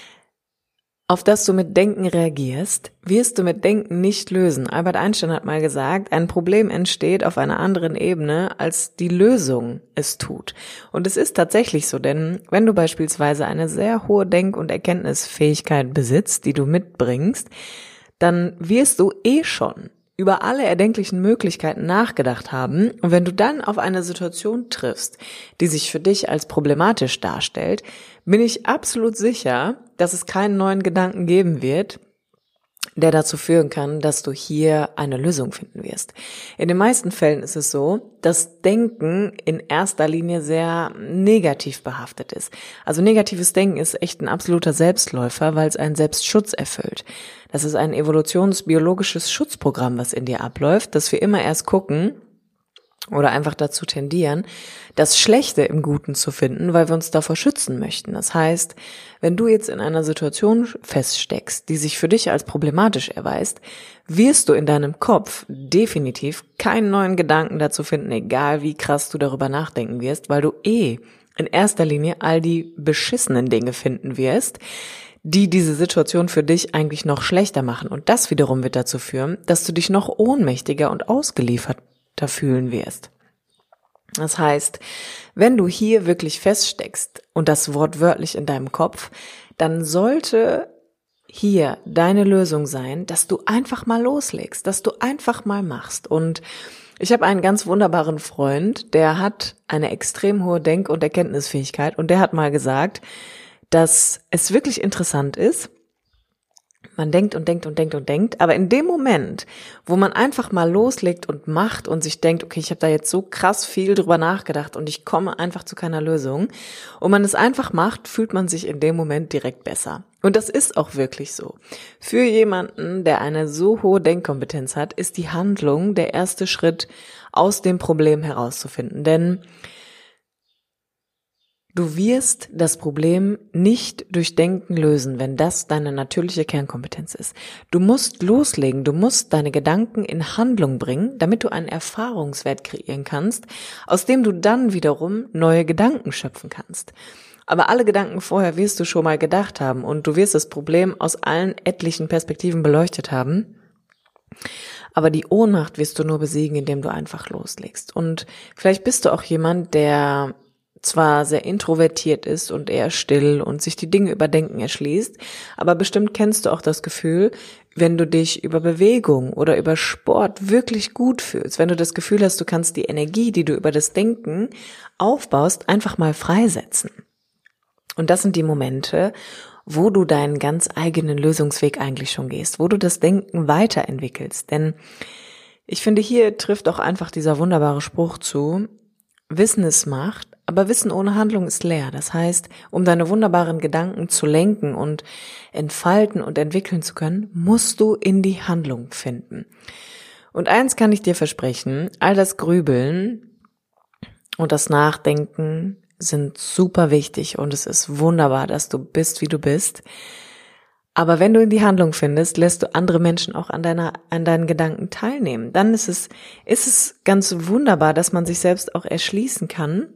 auf das du mit Denken reagierst, wirst du mit Denken nicht lösen. Albert Einstein hat mal gesagt, ein Problem entsteht auf einer anderen Ebene, als die Lösung es tut. Und es ist tatsächlich so, denn wenn du beispielsweise eine sehr hohe Denk- und Erkenntnisfähigkeit besitzt, die du mitbringst, dann wirst du schon über alle erdenklichen Möglichkeiten nachgedacht haben. Und wenn du dann auf eine Situation triffst, die sich für dich als problematisch darstellt, bin ich absolut sicher, dass es keinen neuen Gedanken geben wird, der dazu führen kann, dass du hier eine Lösung finden wirst. In den meisten Fällen ist es so, dass Denken in erster Linie sehr negativ behaftet ist. Also negatives Denken ist echt ein absoluter Selbstläufer, weil es einen Selbstschutz erfüllt. Das ist ein evolutionsbiologisches Schutzprogramm, was in dir abläuft, dass wir immer erst gucken, oder einfach dazu tendieren, das Schlechte im Guten zu finden, weil wir uns davor schützen möchten. Das heißt, wenn du jetzt in einer Situation feststeckst, die sich für dich als problematisch erweist, wirst du in deinem Kopf definitiv keinen neuen Gedanken dazu finden, egal wie krass du darüber nachdenken wirst, weil du in erster Linie all die beschissenen Dinge finden wirst, die diese Situation für dich eigentlich noch schlechter machen. Und das wiederum wird dazu führen, dass du dich noch ohnmächtiger und ausgelieferter fühlen wirst. Das heißt, wenn du hier wirklich feststeckst und das wortwörtlich in deinem Kopf, dann sollte hier deine Lösung sein, dass du einfach mal loslegst, dass du einfach mal machst. Und ich habe einen ganz wunderbaren Freund, der hat eine extrem hohe Denk- und Erkenntnisfähigkeit und der hat mal gesagt, dass es wirklich interessant ist, man denkt und denkt und denkt und denkt, aber in dem Moment, wo man einfach mal loslegt und macht und sich denkt, okay, ich habe da jetzt so krass viel drüber nachgedacht und ich komme einfach zu keiner Lösung und man es einfach macht, fühlt man sich in dem Moment direkt besser. Und das ist auch wirklich so. Für jemanden, der eine so hohe Denkkompetenz hat, ist die Handlung der erste Schritt, aus dem Problem herauszufinden. Denn du wirst das Problem nicht durch Denken lösen, wenn das deine natürliche Kernkompetenz ist. Du musst loslegen, du musst deine Gedanken in Handlung bringen, damit du einen Erfahrungswert kreieren kannst, aus dem du dann wiederum neue Gedanken schöpfen kannst. Aber alle Gedanken vorher wirst du schon mal gedacht haben und du wirst das Problem aus allen etlichen Perspektiven beleuchtet haben. Aber die Ohnmacht wirst du nur besiegen, indem du einfach loslegst. Und vielleicht bist du auch jemand, der zwar sehr introvertiert ist und eher still und sich die Dinge über Denken erschließt, aber bestimmt kennst du auch das Gefühl, wenn du dich über Bewegung oder über Sport wirklich gut fühlst, wenn du das Gefühl hast, du kannst die Energie, die du über das Denken aufbaust, einfach mal freisetzen. Und das sind die Momente, wo du deinen ganz eigenen Lösungsweg eigentlich schon gehst, wo du das Denken weiterentwickelst. Denn ich finde, hier trifft auch einfach dieser wunderbare Spruch zu: Wissen ist Macht, aber Wissen ohne Handlung ist leer. Das heißt, um deine wunderbaren Gedanken zu lenken und entfalten und entwickeln zu können, musst du in die Handlung finden. Und eins kann ich dir versprechen: all das Grübeln und das Nachdenken sind super wichtig und es ist wunderbar, dass du bist, wie du bist. Aber wenn du in die Handlung findest, lässt du andere Menschen auch an deinen Gedanken teilnehmen. Dann ist es ganz wunderbar, dass man sich selbst auch erschließen kann,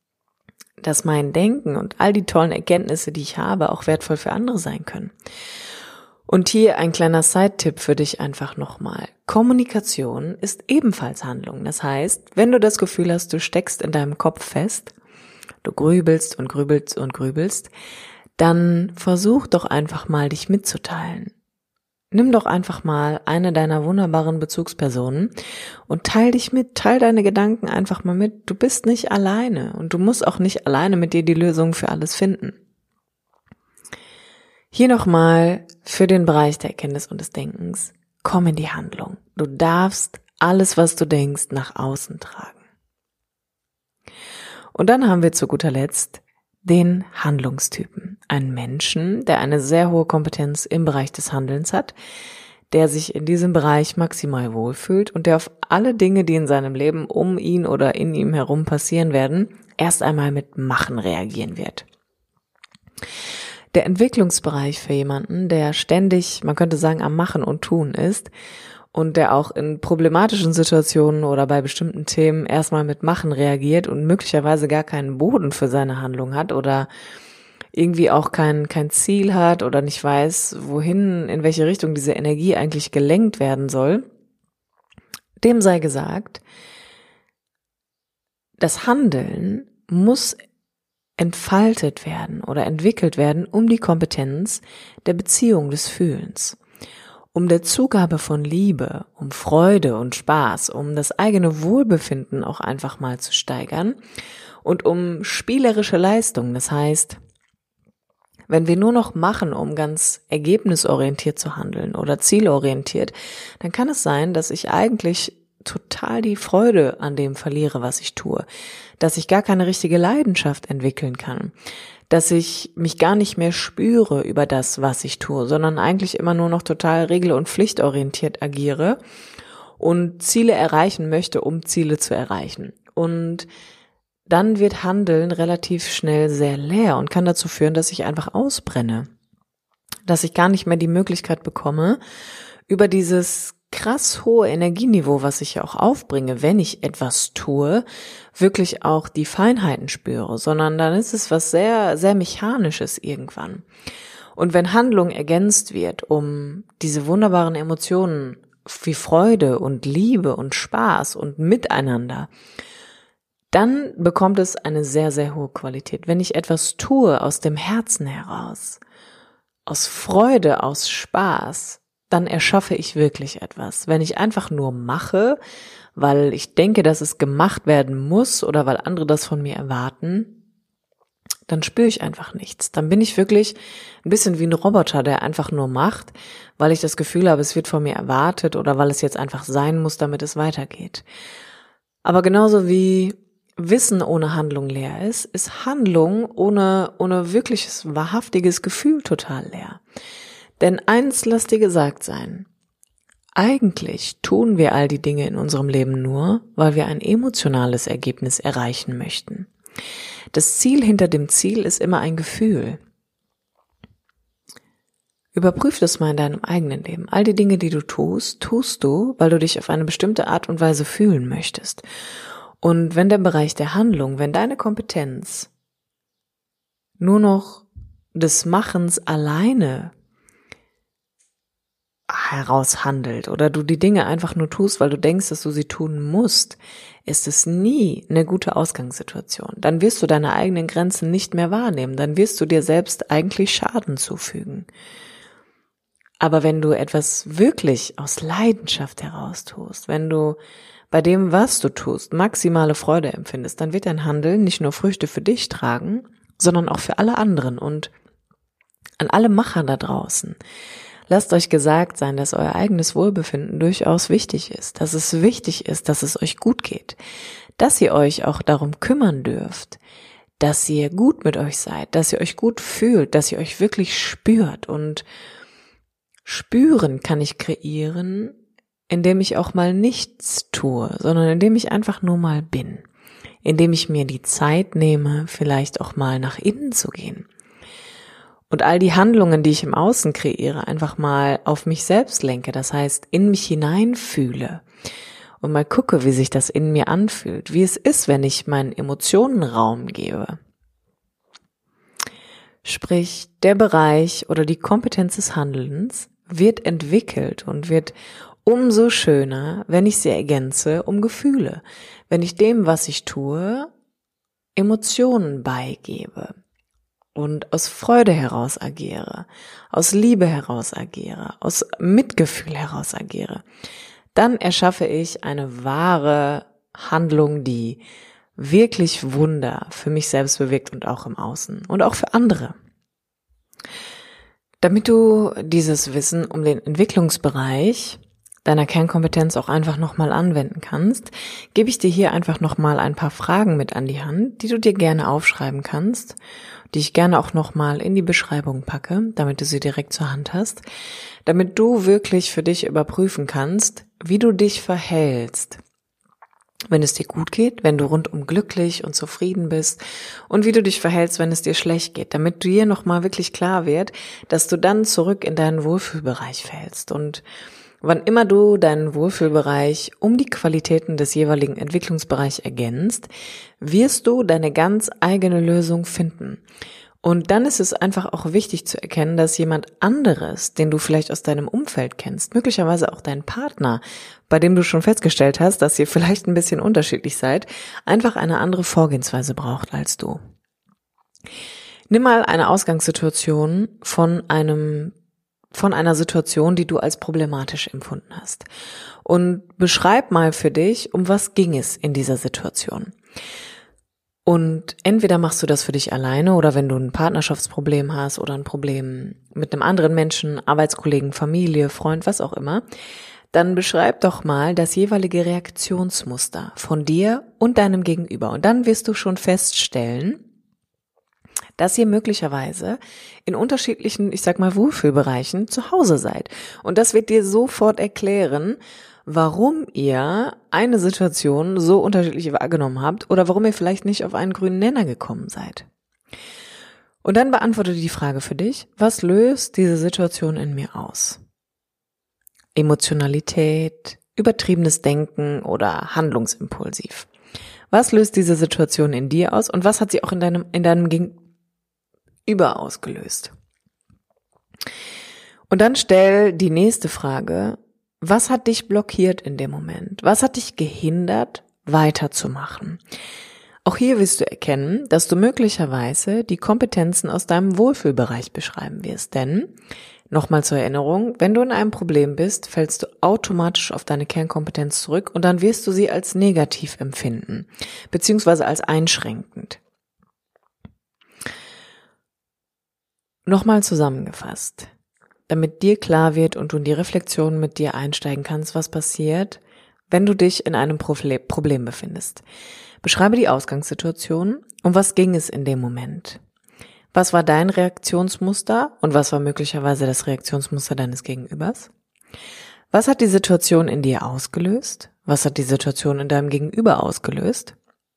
dass mein Denken und all die tollen Erkenntnisse, die ich habe, auch wertvoll für andere sein können. Und hier ein kleiner Side-Tipp für dich einfach nochmal. Kommunikation ist ebenfalls Handlung. Das heißt, wenn du das Gefühl hast, du steckst in deinem Kopf fest, du grübelst und grübelst und grübelst, dann versuch doch einfach mal, dich mitzuteilen. Nimm doch einfach mal eine deiner wunderbaren Bezugspersonen und teil dich mit, teil deine Gedanken einfach mal mit. Du bist nicht alleine und du musst auch nicht alleine mit dir die Lösung für alles finden. Hier nochmal für den Bereich der Erkenntnis und des Denkens: komm in die Handlung. Du darfst alles, was du denkst, nach außen tragen. Und dann haben wir zu guter Letzt den Handlungstypen. Einen Menschen, der eine sehr hohe Kompetenz im Bereich des Handelns hat, der sich in diesem Bereich maximal wohlfühlt und der auf alle Dinge, die in seinem Leben um ihn oder in ihm herum passieren werden, erst einmal mit Machen reagieren wird. Der Entwicklungsbereich für jemanden, der ständig, man könnte sagen, am Machen und Tun ist und der auch in problematischen Situationen oder bei bestimmten Themen erstmal mit Machen reagiert und möglicherweise gar keinen Boden für seine Handlung hat oder irgendwie auch kein Ziel hat oder nicht weiß, wohin, in welche Richtung diese Energie eigentlich gelenkt werden soll, dem sei gesagt, das Handeln muss entfaltet werden oder entwickelt werden, um die Kompetenz der Beziehung, des Fühlens, um der Zugabe von Liebe, um Freude und Spaß, um das eigene Wohlbefinden auch einfach mal zu steigern und um spielerische Leistung. Das heißt, wenn wir nur noch machen, um ganz ergebnisorientiert zu handeln oder zielorientiert, dann kann es sein, dass ich eigentlich total die Freude an dem verliere, was ich tue, dass ich gar keine richtige Leidenschaft entwickeln kann, dass ich mich gar nicht mehr spüre über das, was ich tue, sondern eigentlich immer nur noch total regel- und pflichtorientiert agiere und Ziele erreichen möchte, um Ziele zu erreichen. Und dann wird Handeln relativ schnell sehr leer und kann dazu führen, dass ich einfach ausbrenne. Dass ich gar nicht mehr die Möglichkeit bekomme, über dieses krass hohe Energieniveau, was ich ja auch aufbringe, wenn ich etwas tue, wirklich auch die Feinheiten spüre, sondern dann ist es was sehr, sehr Mechanisches irgendwann. Und wenn Handlung ergänzt wird, um diese wunderbaren Emotionen wie Freude und Liebe und Spaß und Miteinander, dann bekommt es eine sehr, sehr hohe Qualität. Wenn ich etwas tue aus dem Herzen heraus, aus Freude, aus Spaß, dann erschaffe ich wirklich etwas. Wenn ich einfach nur mache, weil ich denke, dass es gemacht werden muss oder weil andere das von mir erwarten, dann spüre ich einfach nichts. Dann bin ich wirklich ein bisschen wie ein Roboter, der einfach nur macht, weil ich das Gefühl habe, es wird von mir erwartet oder weil es jetzt einfach sein muss, damit es weitergeht. Aber genauso wie Wissen ohne Handlung leer ist Handlung ohne wirkliches, wahrhaftiges Gefühl total leer. Denn eins lass dir gesagt sein, eigentlich tun wir all die Dinge in unserem Leben nur, weil wir ein emotionales Ergebnis erreichen möchten. Das Ziel hinter dem Ziel ist immer ein Gefühl. Überprüf das mal in deinem eigenen Leben. All die Dinge, die du tust du, weil du dich auf eine bestimmte Art und Weise fühlen möchtest. Und wenn der Bereich der Handlung, wenn deine Kompetenz nur noch des Machens alleine heraushandelt oder du die Dinge einfach nur tust, weil du denkst, dass du sie tun musst, ist es nie eine gute Ausgangssituation. Dann wirst du deine eigenen Grenzen nicht mehr wahrnehmen, dann wirst du dir selbst eigentlich Schaden zufügen. Aber wenn du etwas wirklich aus Leidenschaft heraus tust, wenn du bei dem, was du tust, maximale Freude empfindest, dann wird dein Handeln nicht nur Früchte für dich tragen, sondern auch für alle anderen und an alle Macher da draußen. Lasst euch gesagt sein, dass euer eigenes Wohlbefinden durchaus wichtig ist, dass es wichtig ist, dass es euch gut geht, dass ihr euch auch darum kümmern dürft, dass ihr gut mit euch seid, dass ihr euch gut fühlt, dass ihr euch wirklich spürt. Und spüren kann ich kreieren, indem ich auch mal nichts tue, sondern indem ich einfach nur mal bin, indem ich mir die Zeit nehme, vielleicht auch mal nach innen zu gehen. Und all die Handlungen, die ich im Außen kreiere, einfach mal auf mich selbst lenke, das heißt, in mich hineinfühle und mal gucke, wie sich das in mir anfühlt, wie es ist, wenn ich meinen Emotionen Raum gebe. Sprich, der Bereich oder die Kompetenz des Handelns wird entwickelt und wird umso schöner, wenn ich sie ergänze um Gefühle, wenn ich dem, was ich tue, Emotionen beigebe. Und aus Freude heraus agiere, aus Liebe heraus agiere, aus Mitgefühl heraus agiere, dann erschaffe ich eine wahre Handlung, die wirklich Wunder für mich selbst bewirkt und auch im Außen und auch für andere. Damit du dieses Wissen um den Entwicklungsbereich deiner Kernkompetenz auch einfach nochmal anwenden kannst, gebe ich dir hier einfach nochmal ein paar Fragen mit an die Hand, die du dir gerne aufschreiben kannst, die ich gerne auch nochmal in die Beschreibung packe, damit du sie direkt zur Hand hast, damit du wirklich für dich überprüfen kannst, wie du dich verhältst, wenn es dir gut geht, wenn du rundum glücklich und zufrieden bist und wie du dich verhältst, wenn es dir schlecht geht, damit dir nochmal wirklich klar wird, dass du dann zurück in deinen Wohlfühlbereich fällst. Und wann immer du deinen Wohlfühlbereich um die Qualitäten des jeweiligen Entwicklungsbereichs ergänzt, wirst du deine ganz eigene Lösung finden. Und dann ist es einfach auch wichtig zu erkennen, dass jemand anderes, den du vielleicht aus deinem Umfeld kennst, möglicherweise auch dein Partner, bei dem du schon festgestellt hast, dass ihr vielleicht ein bisschen unterschiedlich seid, einfach eine andere Vorgehensweise braucht als du. Nimm mal eine Ausgangssituation von einer Situation, die du als problematisch empfunden hast. Und beschreib mal für dich, um was ging es in dieser Situation. Und entweder machst du das für dich alleine oder wenn du ein Partnerschaftsproblem hast oder ein Problem mit einem anderen Menschen, Arbeitskollegen, Familie, Freund, was auch immer, dann beschreib doch mal das jeweilige Reaktionsmuster von dir und deinem Gegenüber. Und dann wirst du schon feststellen, dass ihr möglicherweise in unterschiedlichen, ich sag mal, Wohlfühlbereichen zu Hause seid. Und das wird dir sofort erklären, warum ihr eine Situation so unterschiedlich wahrgenommen habt oder warum ihr vielleicht nicht auf einen grünen Nenner gekommen seid. Und dann beantworte die Frage für dich, was löst diese Situation in mir aus? Emotionalität, übertriebenes Denken oder handlungsimpulsiv. Was löst diese Situation in dir aus und was hat sie auch in deinem Gegenüber ausgelöst? Und dann stell die nächste Frage, was hat dich blockiert in dem Moment? Was hat dich gehindert, weiterzumachen? Auch hier wirst du erkennen, dass du möglicherweise die Kompetenzen aus deinem Wohlfühlbereich beschreiben wirst. Denn, nochmal zur Erinnerung, wenn du in einem Problem bist, fällst du automatisch auf deine Kernkompetenz zurück und dann wirst du sie als negativ empfinden, beziehungsweise als einschränkend. Nochmal zusammengefasst, damit dir klar wird und du in die Reflexion mit dir einsteigen kannst, was passiert, wenn du dich in einem Problem befindest. Beschreibe die Ausgangssituation und was ging es in dem Moment? Was war dein Reaktionsmuster und was war möglicherweise das Reaktionsmuster deines Gegenübers? Was hat die Situation in dir ausgelöst? Was hat die Situation in deinem Gegenüber ausgelöst?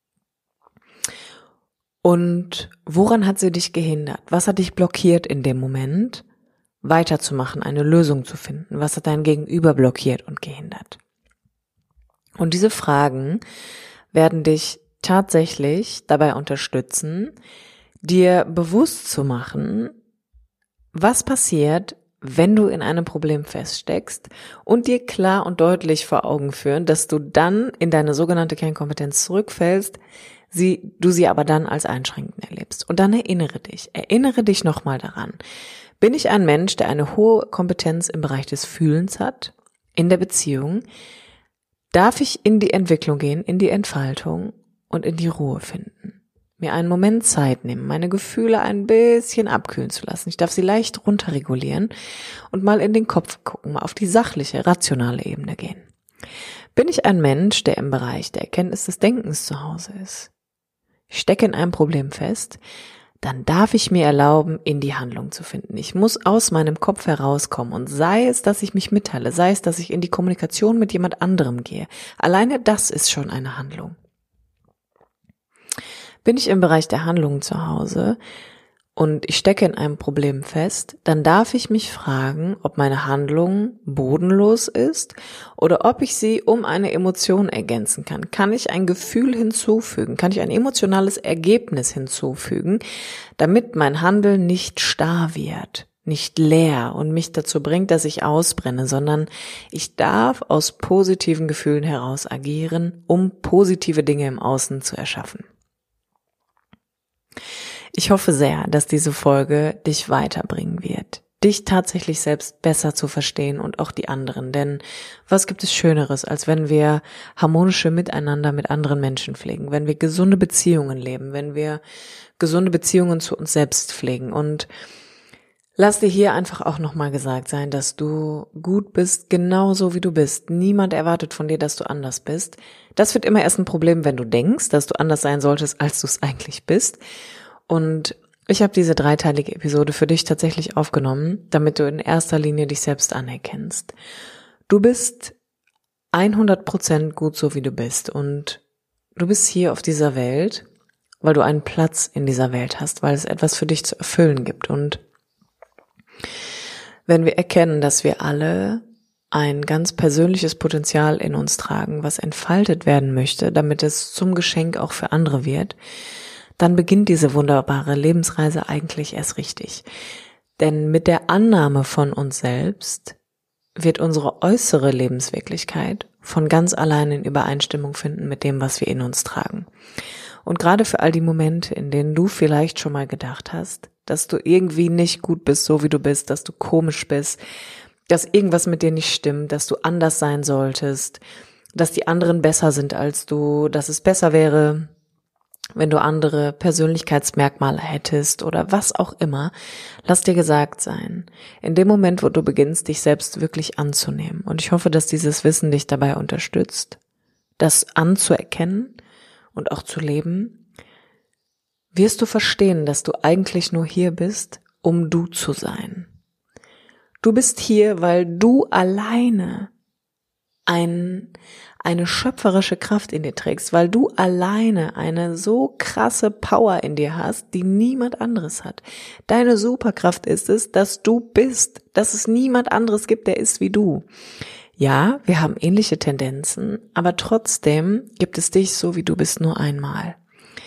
Und woran hat sie dich gehindert? Was hat dich blockiert in dem Moment, weiterzumachen, eine Lösung zu finden? Was hat dein Gegenüber blockiert und gehindert? Und diese Fragen werden dich tatsächlich dabei unterstützen, dir bewusst zu machen, was passiert, wenn du in einem Problem feststeckst und dir klar und deutlich vor Augen führen, dass du dann in deine sogenannte Kernkompetenz zurückfällst, du sie aber dann als einschränkend erlebst. Und dann erinnere dich nochmal daran. Bin ich ein Mensch, der eine hohe Kompetenz im Bereich des Fühlens hat, in der Beziehung? Darf ich in die Entwicklung gehen, in die Entfaltung und in die Ruhe finden? Mir einen Moment Zeit nehmen, meine Gefühle ein bisschen abkühlen zu lassen. Ich darf sie leicht runterregulieren und mal in den Kopf gucken, mal auf die sachliche, rationale Ebene gehen. Bin ich ein Mensch, der im Bereich der Erkenntnis des Denkens zu Hause ist? Ich stecke in einem Problem fest, dann darf ich mir erlauben, in die Handlung zu finden. Ich muss aus meinem Kopf herauskommen und sei es, dass ich mich mitteile, sei es, dass ich in die Kommunikation mit jemand anderem gehe. Alleine das ist schon eine Handlung. Bin ich im Bereich der Handlungen zu Hause und ich stecke in einem Problem fest, dann darf ich mich fragen, ob meine Handlung bodenlos ist oder ob ich sie um eine Emotion ergänzen kann. Kann ich ein Gefühl hinzufügen? Kann ich ein emotionales Ergebnis hinzufügen, damit mein Handeln nicht starr wird, nicht leer und mich dazu bringt, dass ich ausbrenne, sondern ich darf aus positiven Gefühlen heraus agieren, um positive Dinge im Außen zu erschaffen. Ich hoffe sehr, dass diese Folge dich weiterbringen wird, dich tatsächlich selbst besser zu verstehen und auch die anderen. Denn was gibt es Schöneres, als wenn wir harmonische Miteinander mit anderen Menschen pflegen, wenn wir gesunde Beziehungen leben, wenn wir gesunde Beziehungen zu uns selbst pflegen. Und lass dir hier einfach auch nochmal gesagt sein, dass du gut bist, genauso wie du bist. Niemand erwartet von dir, dass du anders bist. Das wird immer erst ein Problem, wenn du denkst, dass du anders sein solltest, als du es eigentlich bist. Und ich habe diese 3-teilige Episode für dich tatsächlich aufgenommen, damit du in erster Linie dich selbst anerkennst. Du bist 100% gut so, wie du bist. Und du bist hier auf dieser Welt, weil du einen Platz in dieser Welt hast, weil es etwas für dich zu erfüllen gibt. Und wenn wir erkennen, dass wir alle ein ganz persönliches Potenzial in uns tragen, was entfaltet werden möchte, damit es zum Geschenk auch für andere wird, dann beginnt diese wunderbare Lebensreise eigentlich erst richtig. Denn mit der Annahme von uns selbst wird unsere äußere Lebenswirklichkeit von ganz allein in Übereinstimmung finden mit dem, was wir in uns tragen. Und gerade für all die Momente, in denen du vielleicht schon mal gedacht hast, dass du irgendwie nicht gut bist, so wie du bist, dass du komisch bist, dass irgendwas mit dir nicht stimmt, dass du anders sein solltest, dass die anderen besser sind als du, dass es besser wäre, wenn du andere Persönlichkeitsmerkmale hättest oder was auch immer, lass dir gesagt sein, in dem Moment, wo du beginnst, dich selbst wirklich anzunehmen. Und ich hoffe, dass dieses Wissen dich dabei unterstützt, das anzuerkennen und auch zu leben, wirst du verstehen, dass du eigentlich nur hier bist, um du zu sein. Du bist hier, weil du alleine eine schöpferische Kraft in dir trägst, weil du alleine eine so krasse Power in dir hast, die niemand anderes hat. Deine Superkraft ist es, dass du bist, dass es niemand anderes gibt, der ist wie du. Ja, wir haben ähnliche Tendenzen, aber trotzdem gibt es dich so, wie du bist, nur einmal.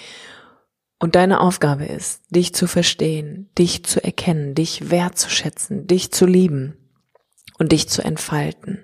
Und deine Aufgabe ist, dich zu verstehen, dich zu erkennen, dich wertzuschätzen, dich zu lieben und dich zu entfalten,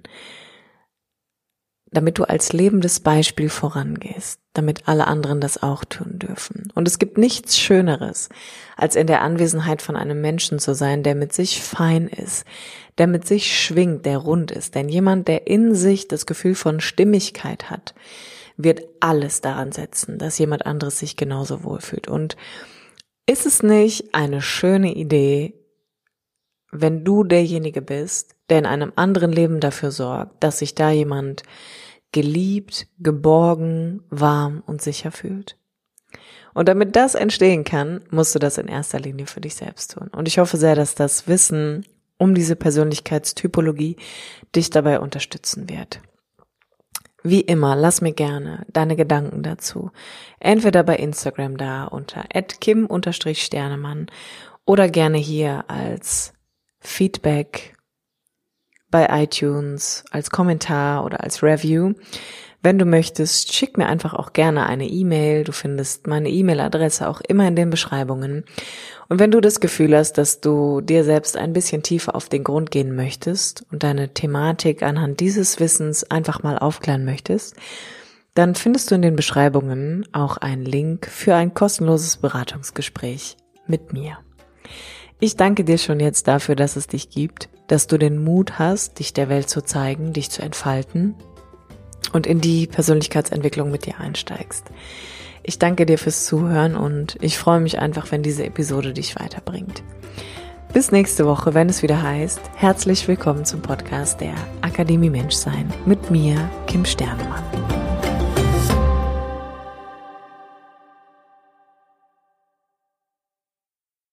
damit du als lebendes Beispiel vorangehst, damit alle anderen das auch tun dürfen. Und es gibt nichts Schöneres, als in der Anwesenheit von einem Menschen zu sein, der mit sich fein ist, der mit sich schwingt, der rund ist. Denn jemand, der in sich das Gefühl von Stimmigkeit hat, wird alles daran setzen, dass jemand anderes sich genauso wohlfühlt. Und ist es nicht eine schöne Idee, wenn du derjenige bist, der in einem anderen Leben dafür sorgt, dass sich da jemand geliebt, geborgen, warm und sicher fühlt? Und damit das entstehen kann, musst du das in erster Linie für dich selbst tun. Und ich hoffe sehr, dass das Wissen um diese Persönlichkeitstypologie dich dabei unterstützen wird. Wie immer, lass mir gerne deine Gedanken dazu entweder bei Instagram da unter @kim_sternemann oder gerne hier als Feedback bei iTunes, als Kommentar oder als Review. Wenn du möchtest, schick mir einfach auch gerne eine E-Mail. Du findest meine E-Mail-Adresse auch immer in den Beschreibungen. Und wenn du das Gefühl hast, dass du dir selbst ein bisschen tiefer auf den Grund gehen möchtest und deine Thematik anhand dieses Wissens einfach mal aufklären möchtest, dann findest du in den Beschreibungen auch einen Link für ein kostenloses Beratungsgespräch mit mir. Ich danke dir schon jetzt dafür, dass es dich gibt, dass du den Mut hast, dich der Welt zu zeigen, dich zu entfalten und in die Persönlichkeitsentwicklung mit dir einsteigst. Ich danke dir fürs Zuhören und ich freue mich einfach, wenn diese Episode dich weiterbringt. Bis nächste Woche, wenn es wieder heißt, herzlich willkommen zum Podcast der Akademie Menschsein mit mir, Kim Sternemann.